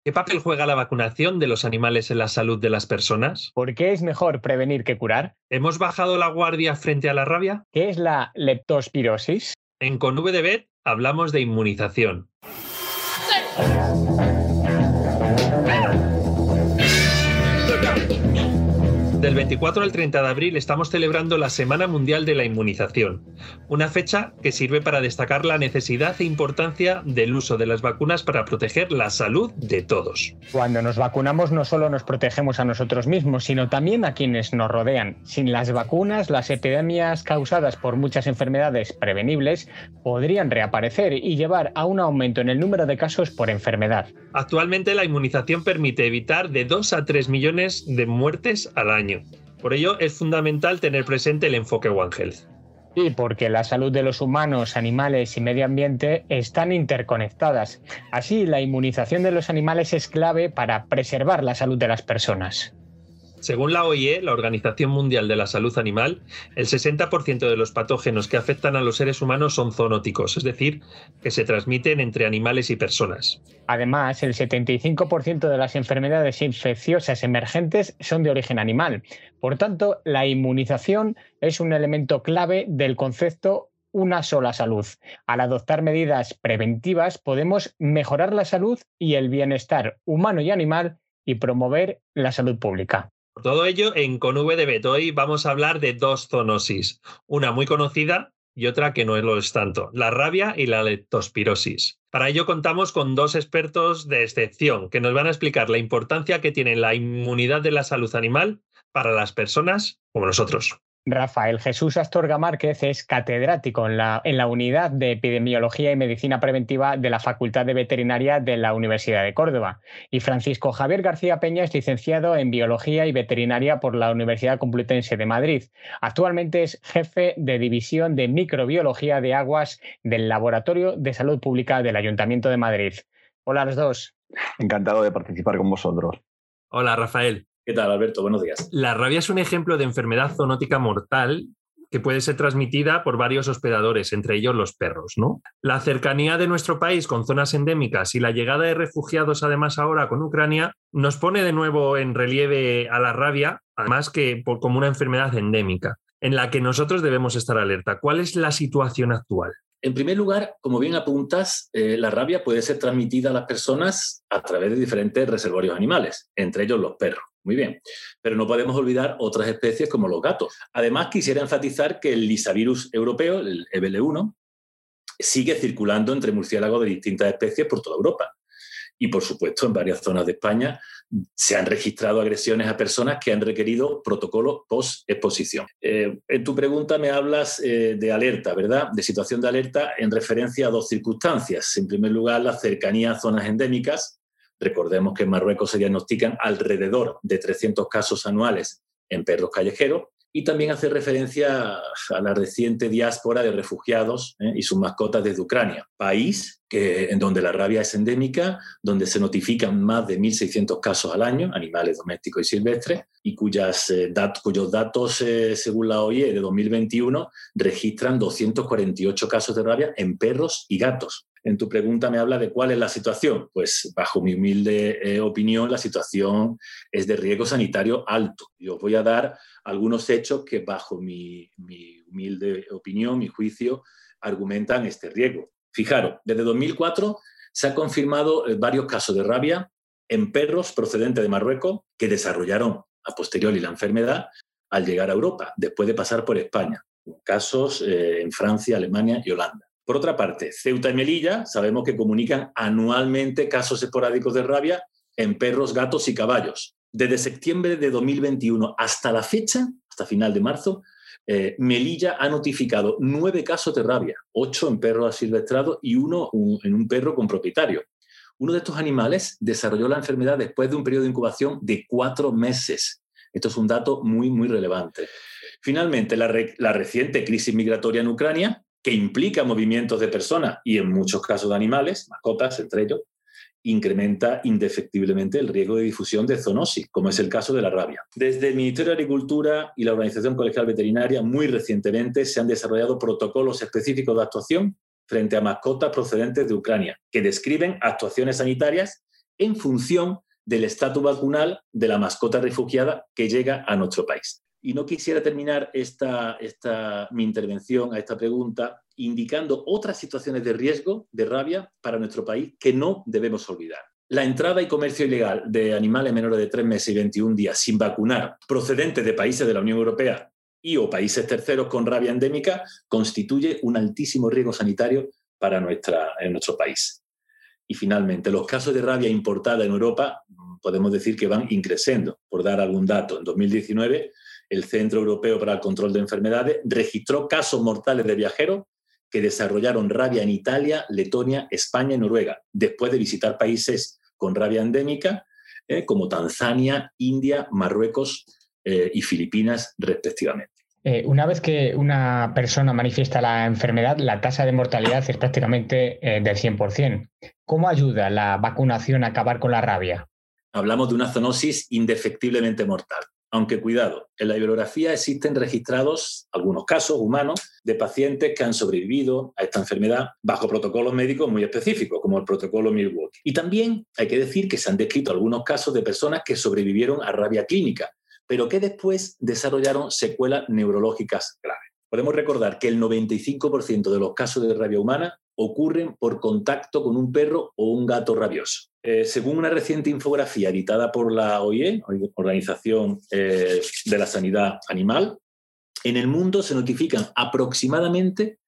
¿Qué papel juega la vacunación de los animales en la salud de las personas? ¿Por qué es mejor prevenir que curar? ¿Hemos bajado la guardia frente a la rabia? ¿Qué es la leptospirosis? En Con V de Vet hablamos de inmunización. Del 24 al 30 de abril estamos celebrando la Semana Mundial de la Inmunización, una fecha que sirve para destacar la necesidad e importancia del uso de las vacunas para proteger la salud de todos. Cuando nos vacunamos no solo nos protegemos a nosotros mismos, sino también a quienes nos rodean. Sin las vacunas, las epidemias causadas por muchas enfermedades prevenibles podrían reaparecer y llevar a un aumento en el número de casos por enfermedad. Actualmente la inmunización permite evitar de 2 a 3 millones de muertes al año. Por ello es fundamental tener presente el enfoque One Health. Sí, porque la salud de los humanos, animales y medio ambiente están interconectadas. Así, la inmunización de los animales es clave para preservar la salud de las personas. Según la OIE, la Organización Mundial de la Salud Animal, el 60% de los patógenos que afectan a los seres humanos son zoonóticos, es decir, que se transmiten entre animales y personas. Además, el 75% de las enfermedades infecciosas emergentes son de origen animal. Por tanto, la inmunización es un elemento clave del concepto una sola salud. Al adoptar medidas preventivas, podemos mejorar la salud y el bienestar humano y animal y promover la salud pública. Por todo ello, en Con V de Bet hoy vamos a hablar de dos zoonosis, una muy conocida y otra que no lo es tanto, la rabia y la leptospirosis. Para ello contamos con dos expertos de excepción que nos van a explicar la importancia que tiene la inmunidad de la salud animal para las personas como nosotros. Rafael Jesús Astorga Márquez es catedrático en la Unidad de Epidemiología y Medicina Preventiva de la Facultad de Veterinaria de la Universidad de Córdoba. Y Francisco Javier García Peña es licenciado en Biología y Veterinaria por la Universidad Complutense de Madrid. Actualmente es jefe de División de Microbiología de Aguas del Laboratorio de Salud Pública del Ayuntamiento de Madrid. Hola a los dos. Encantado de participar con vosotros. Hola, Rafael. ¿Qué tal, Alberto? Buenos días. La rabia es un ejemplo de enfermedad zoonótica mortal que puede ser transmitida por varios hospedadores, entre ellos los perros, ¿no? La cercanía de nuestro país con zonas endémicas y la llegada de refugiados, además ahora con Ucrania, nos pone de nuevo en relieve a la rabia, además que como una enfermedad endémica, en la que nosotros debemos estar alerta. ¿Cuál es la situación actual? En primer lugar, como bien apuntas, la rabia puede ser transmitida a las personas a través de diferentes reservorios animales, entre ellos los perros. Muy bien, pero no podemos olvidar otras especies como los gatos. Además, quisiera enfatizar que el lisavirus europeo, el EBL1, sigue circulando entre murciélagos de distintas especies por toda Europa. Y, por supuesto, en varias zonas de España se han registrado agresiones a personas que han requerido protocolo post-exposición. En tu pregunta me hablas de alerta, ¿verdad? De situación de alerta en referencia a dos circunstancias. En primer lugar, la cercanía a zonas endémicas. Recordemos que en Marruecos se diagnostican alrededor de 300 casos anuales en perros callejeros y también hace referencia a la reciente diáspora de refugiados y sus mascotas desde Ucrania, país en donde la rabia es endémica, donde se notifican más de 1.600 casos al año, animales domésticos y silvestres, y cuyos datos, según la OIE, de 2021, registran 248 casos de rabia en perros y gatos. En tu pregunta me habla de cuál es la situación. Pues bajo mi humilde opinión, la situación es de riesgo sanitario alto. Yo voy a dar algunos hechos que bajo mi humilde opinión, mi juicio, argumentan este riesgo. Fijaros, desde 2004 se han confirmado varios casos de rabia en perros procedentes de Marruecos que desarrollaron a posteriori la enfermedad al llegar a Europa, después de pasar por España. Casos en Francia, Alemania y Holanda. Por otra parte, Ceuta y Melilla sabemos que comunican anualmente casos esporádicos de rabia en perros, gatos y caballos. Desde septiembre de 2021 hasta la fecha, hasta final de marzo, Melilla ha notificado 9 casos de rabia, 8 en perros asilvestrados y 1 en un perro con propietario. Uno de estos animales desarrolló la enfermedad después de un periodo de incubación de 4 meses. Esto es un dato muy, muy relevante. Finalmente, la reciente crisis migratoria en Ucrania, que implica movimientos de personas y en muchos casos de animales, mascotas entre ellos, incrementa indefectiblemente el riesgo de difusión de zoonosis, como es el caso de la rabia. Desde el Ministerio de Agricultura y la Organización Colegial Veterinaria, muy recientemente se han desarrollado protocolos específicos de actuación frente a mascotas procedentes de Ucrania, que describen actuaciones sanitarias en función del estatus vacunal de la mascota refugiada que llega a nuestro país. Y no quisiera terminar mi intervención a esta pregunta indicando otras situaciones de riesgo de rabia para nuestro país que no debemos olvidar. La entrada y comercio ilegal de animales menores de 3 meses y 21 días sin vacunar procedentes de países de la Unión Europea y o países terceros con rabia endémica constituye un altísimo riesgo sanitario para nuestro país. Y finalmente, los casos de rabia importada en Europa podemos decir que van increciendo. Por dar algún dato, en 2019 el Centro Europeo para el Control de Enfermedades registró casos mortales de viajeros que desarrollaron rabia en Italia, Letonia, España y Noruega, después de visitar países con rabia endémica como Tanzania, India, Marruecos y Filipinas, respectivamente. Una vez que una persona manifiesta la enfermedad, la tasa de mortalidad es prácticamente del 100%. ¿Cómo ayuda la vacunación a acabar con la rabia? Hablamos de una zoonosis indefectiblemente mortal. Aunque cuidado, en la bibliografía existen registrados algunos casos humanos de pacientes que han sobrevivido a esta enfermedad bajo protocolos médicos muy específicos, como el protocolo Milwaukee. Y también hay que decir que se han descrito algunos casos de personas que sobrevivieron a rabia clínica, pero que después desarrollaron secuelas neurológicas graves. Podemos recordar que el 95% de los casos de rabia humana ocurren por contacto con un perro o un gato rabioso. Según una reciente infografía editada por la OIE, Organización de la Sanidad Animal, en el mundo se notifican aproximadamente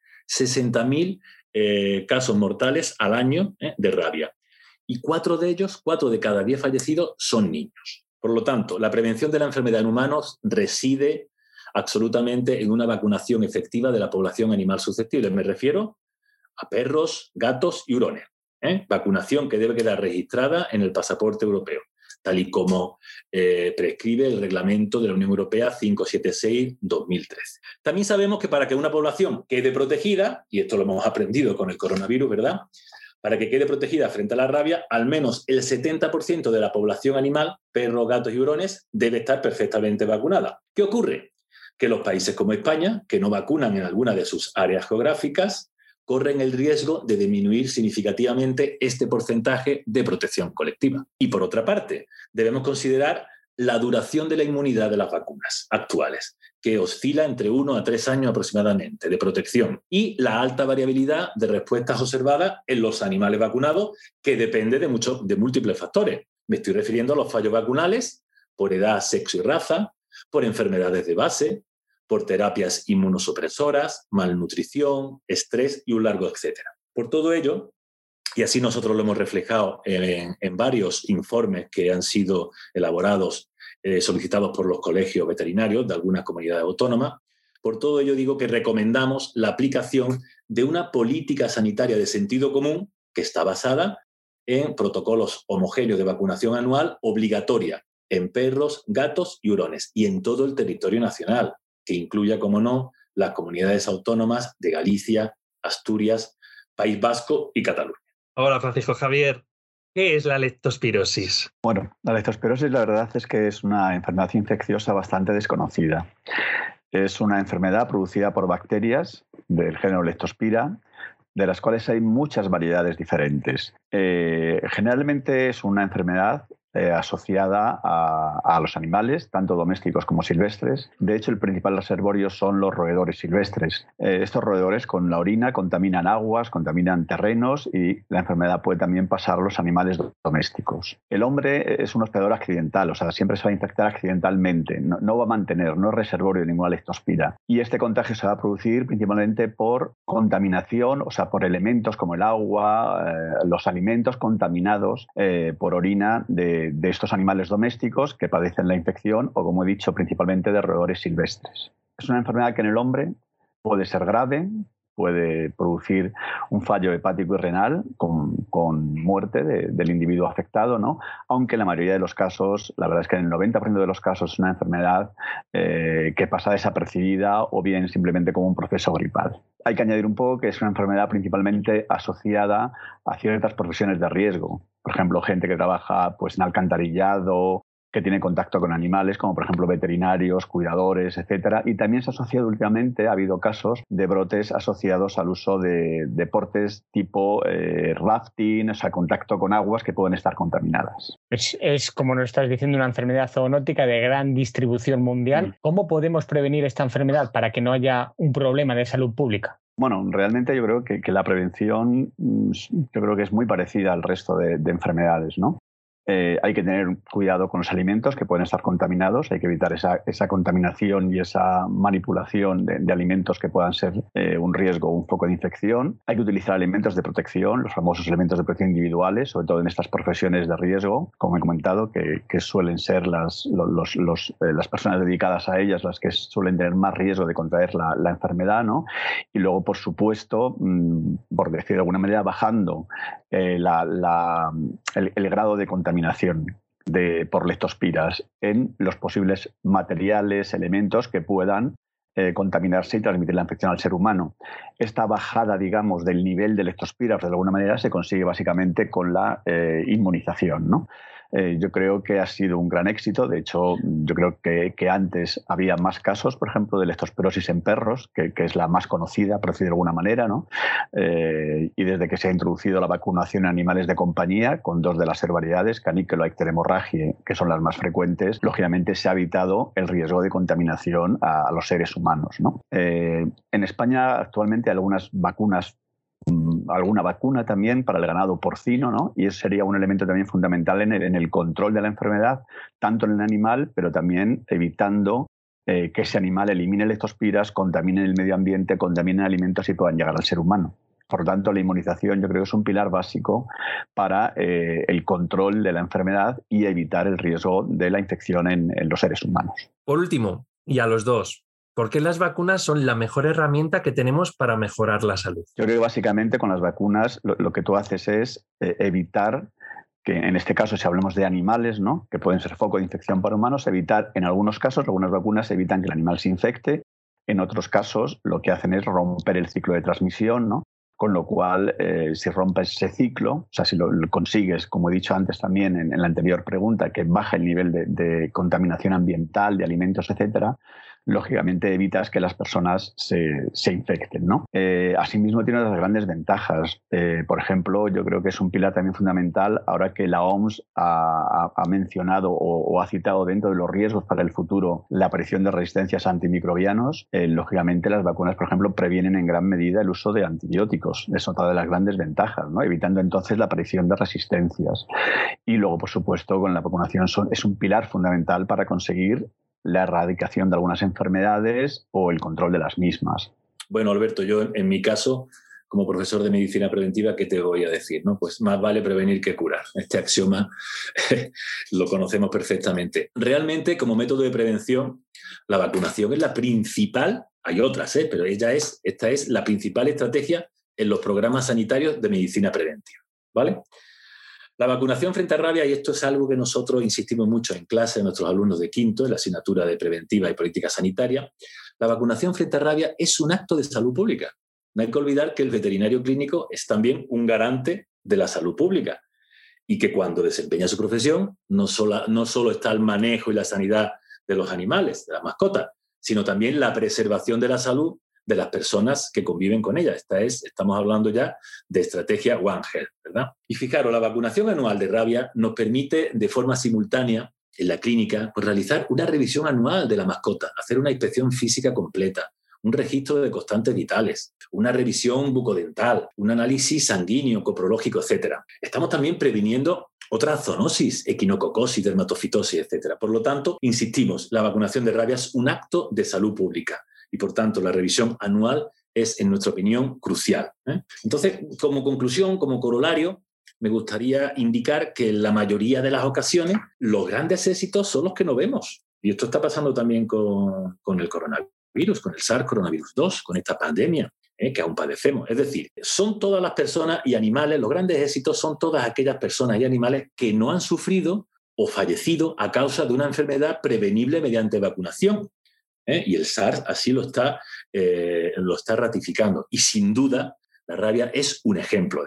60.000 casos mortales al año de rabia. Y 4 de cada 10 fallecidos son niños. Por lo tanto, la prevención de la enfermedad en humanos reside absolutamente en una vacunación efectiva de la población animal susceptible. Me refiero a perros, gatos y hurones. Vacunación que debe quedar registrada en el pasaporte europeo, tal y como prescribe el reglamento de la Unión Europea 576/2013. También sabemos que para que una población quede protegida, y esto lo hemos aprendido con el coronavirus, ¿verdad?, para que quede protegida frente a la rabia, al menos el 70% de la población animal, perros, gatos y hurones, debe estar perfectamente vacunada. ¿Qué ocurre? Que los países como España, que no vacunan en alguna de sus áreas geográficas, corren el riesgo de disminuir significativamente este porcentaje de protección colectiva. Y por otra parte, debemos considerar la duración de la inmunidad de las vacunas actuales, que oscila entre 1 a 3 años aproximadamente de protección, y la alta variabilidad de respuestas observadas en los animales vacunados, que depende de múltiples factores. Me estoy refiriendo a los fallos vacunales por edad, sexo y raza, por enfermedades de base, por terapias inmunosupresoras, malnutrición, estrés y un largo etcétera. Por todo ello, y así nosotros lo hemos reflejado en varios informes que han sido elaborados, solicitados por los colegios veterinarios de algunas comunidades autónomas, por todo ello digo que recomendamos la aplicación de una política sanitaria de sentido común que está basada en protocolos homogéneos de vacunación anual obligatoria en perros, gatos y hurones, y en todo el territorio nacional, que incluya, como no, las comunidades autónomas de Galicia, Asturias, País Vasco y Cataluña. Hola, Francisco Javier. ¿Qué es la leptospirosis? Bueno, la leptospirosis la verdad es que es una enfermedad infecciosa bastante desconocida. Es una enfermedad producida por bacterias del género Leptospira, de las cuales hay muchas variedades diferentes. Generalmente es una enfermedad asociada a los animales, tanto domésticos como silvestres. De hecho, el principal reservorio son los roedores silvestres. Estos roedores con la orina contaminan aguas, contaminan terrenos, y la enfermedad puede también pasar a los animales domésticos. El hombre es un hospedador accidental, o sea, siempre se va a infectar accidentalmente, no va a mantener, no es reservorio de ninguna leptospira. Y este contagio se va a producir principalmente por contaminación, o sea, por elementos como el agua, los alimentos contaminados por orina de estos animales domésticos que padecen la infección, o, como he dicho, principalmente de roedores silvestres. Es una enfermedad que en el hombre puede ser grave, puede producir un fallo hepático y renal con muerte del individuo afectado, ¿no? Aunque en la mayoría de los casos, la verdad es que en el 90% de los casos es una enfermedad que pasa desapercibida o bien simplemente como un proceso gripal. Hay que añadir un poco que es una enfermedad principalmente asociada a ciertas profesiones de riesgo. Por ejemplo, gente que trabaja pues, en alcantarillado que tiene contacto con animales, como por ejemplo veterinarios, cuidadores, etcétera. Y también se ha asociado últimamente, ha habido casos de brotes asociados al uso de deportes tipo rafting, o sea, contacto con aguas que pueden estar contaminadas. Es, como nos estás diciendo, una enfermedad zoonótica de gran distribución mundial. ¿Cómo podemos prevenir esta enfermedad para que no haya un problema de salud pública? Bueno, realmente yo creo que la prevención yo creo que es muy parecida al resto de enfermedades, ¿no? Hay que tener cuidado con los alimentos que pueden estar contaminados, hay que evitar esa contaminación y esa manipulación de alimentos que puedan ser un riesgo o un foco de infección. Hay que utilizar elementos de protección, los famosos elementos de protección individuales, sobre todo en estas profesiones de riesgo, como he comentado, que suelen ser las personas dedicadas a ellas las que suelen tener más riesgo de contraer la enfermedad, ¿no? Y luego, por supuesto, por decir de alguna manera, bajando el grado de contaminación por leptospiras en los posibles materiales, elementos que puedan contaminarse y transmitir la infección al ser humano. Esta bajada, digamos, del nivel de leptospiras, de alguna manera, se consigue básicamente con la inmunización, ¿no? Yo creo que ha sido un gran éxito. De hecho, yo creo que antes había más casos, por ejemplo, de leptospirosis en perros, que es la más conocida, por decir de alguna manera, ¿no? Y desde que se ha introducido la vacunación en animales de compañía, con 2 de las variedades, canícula y hemorragia, que son las más frecuentes, lógicamente se ha evitado el riesgo de contaminación a los seres humanos, ¿no? En España actualmente hay algunas vacunas, alguna vacuna también para el ganado porcino, ¿no? Y eso sería un elemento también fundamental en el control de la enfermedad, tanto en el animal, pero también evitando que ese animal elimine leptospiras, contamine el medio ambiente, contamine alimentos y puedan llegar al ser humano. Por lo tanto, la inmunización yo creo que es un pilar básico para el control de la enfermedad y evitar el riesgo de la infección en los seres humanos. Por último, y a los dos, ¿por qué las vacunas son la mejor herramienta que tenemos para mejorar la salud? Yo creo que básicamente con las vacunas lo que tú haces es evitar que, en este caso, si hablamos de animales, ¿no?, que pueden ser foco de infección para humanos, evitar, en algunos casos, algunas vacunas evitan que el animal se infecte. En otros casos, lo que hacen es romper el ciclo de transmisión, ¿no? Con lo cual, si rompes ese ciclo, o sea, si lo consigues, como he dicho antes también en la anterior pregunta, que baja el nivel de contaminación ambiental, de alimentos, etcétera, lógicamente evitas que las personas se infecten, ¿no? Asimismo, tiene otras grandes ventajas. Por ejemplo, yo creo que es un pilar también fundamental ahora que la OMS ha mencionado o ha citado dentro de los riesgos para el futuro la aparición de resistencias a antimicrobianos. Lógicamente, las vacunas, por ejemplo, previenen en gran medida el uso de antibióticos. Es otra de las grandes ventajas, ¿no? Evitando entonces la aparición de resistencias. Y luego, por supuesto, con la vacunación es un pilar fundamental para conseguir la erradicación de algunas enfermedades o el control de las mismas. Bueno, Alberto, yo en mi caso, como profesor de medicina preventiva, ¿qué te voy a decir, no? Pues más vale prevenir que curar. Este axioma lo conocemos perfectamente. Realmente, como método de prevención, la vacunación es la principal, hay otras, pero esta es la principal estrategia en los programas sanitarios de medicina preventiva, ¿vale? La vacunación frente a rabia, y esto es algo que nosotros insistimos mucho en clase a nuestros alumnos de quinto, en la asignatura de preventiva y política sanitaria, la vacunación frente a rabia es un acto de salud pública. No hay que olvidar que el veterinario clínico es también un garante de la salud pública y que cuando desempeña su profesión no solo está el manejo y la sanidad de los animales, de las mascotas, sino también la preservación de la salud de las personas que conviven con ella. Estamos hablando ya de estrategia One Health, ¿verdad? Y fijaros, la vacunación anual de rabia nos permite de forma simultánea en la clínica pues, realizar una revisión anual de la mascota, hacer una inspección física completa, un registro de constantes vitales, una revisión bucodental, un análisis sanguíneo, coprológico, etc. Estamos también previniendo otras zoonosis, equinococosis, dermatofitosis, etc. Por lo tanto, insistimos, la vacunación de rabia es un acto de salud pública. Y, por tanto, la revisión anual es, en nuestra opinión, crucial. Entonces, como conclusión, como corolario, me gustaría indicar que en la mayoría de las ocasiones los grandes éxitos son los que no vemos. Y esto está pasando también con el coronavirus, con el SARS-CoV-2, con esta pandemia que aún padecemos. Es decir, son todas las personas y animales, los grandes éxitos son todas aquellas personas y animales que no han sufrido o fallecido a causa de una enfermedad prevenible mediante vacunación. Y el SARS así lo está ratificando. Y sin duda, la rabia es un ejemplo de ello.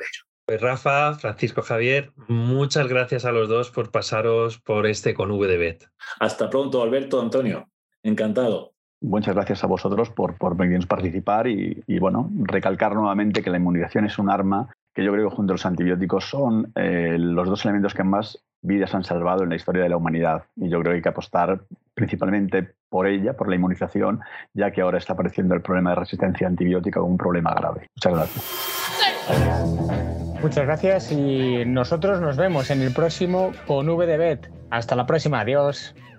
Pues Rafa, Francisco, Javier, muchas gracias a los dos por pasaros por este con V de Bet. Hasta pronto, Alberto, Antonio. Encantado. Muchas gracias a vosotros por venirnos a participar y bueno, recalcar nuevamente que la inmunización es un arma que yo creo que junto a los antibióticos son los dos elementos que más vidas han salvado en la historia de la humanidad. Y yo creo que hay que apostar principalmente por ella, por la inmunización, ya que ahora está apareciendo el problema de resistencia antibiótica como un problema grave. Muchas gracias. Muchas gracias y nosotros nos vemos en el próximo con V de Bet. Hasta la próxima. Adiós.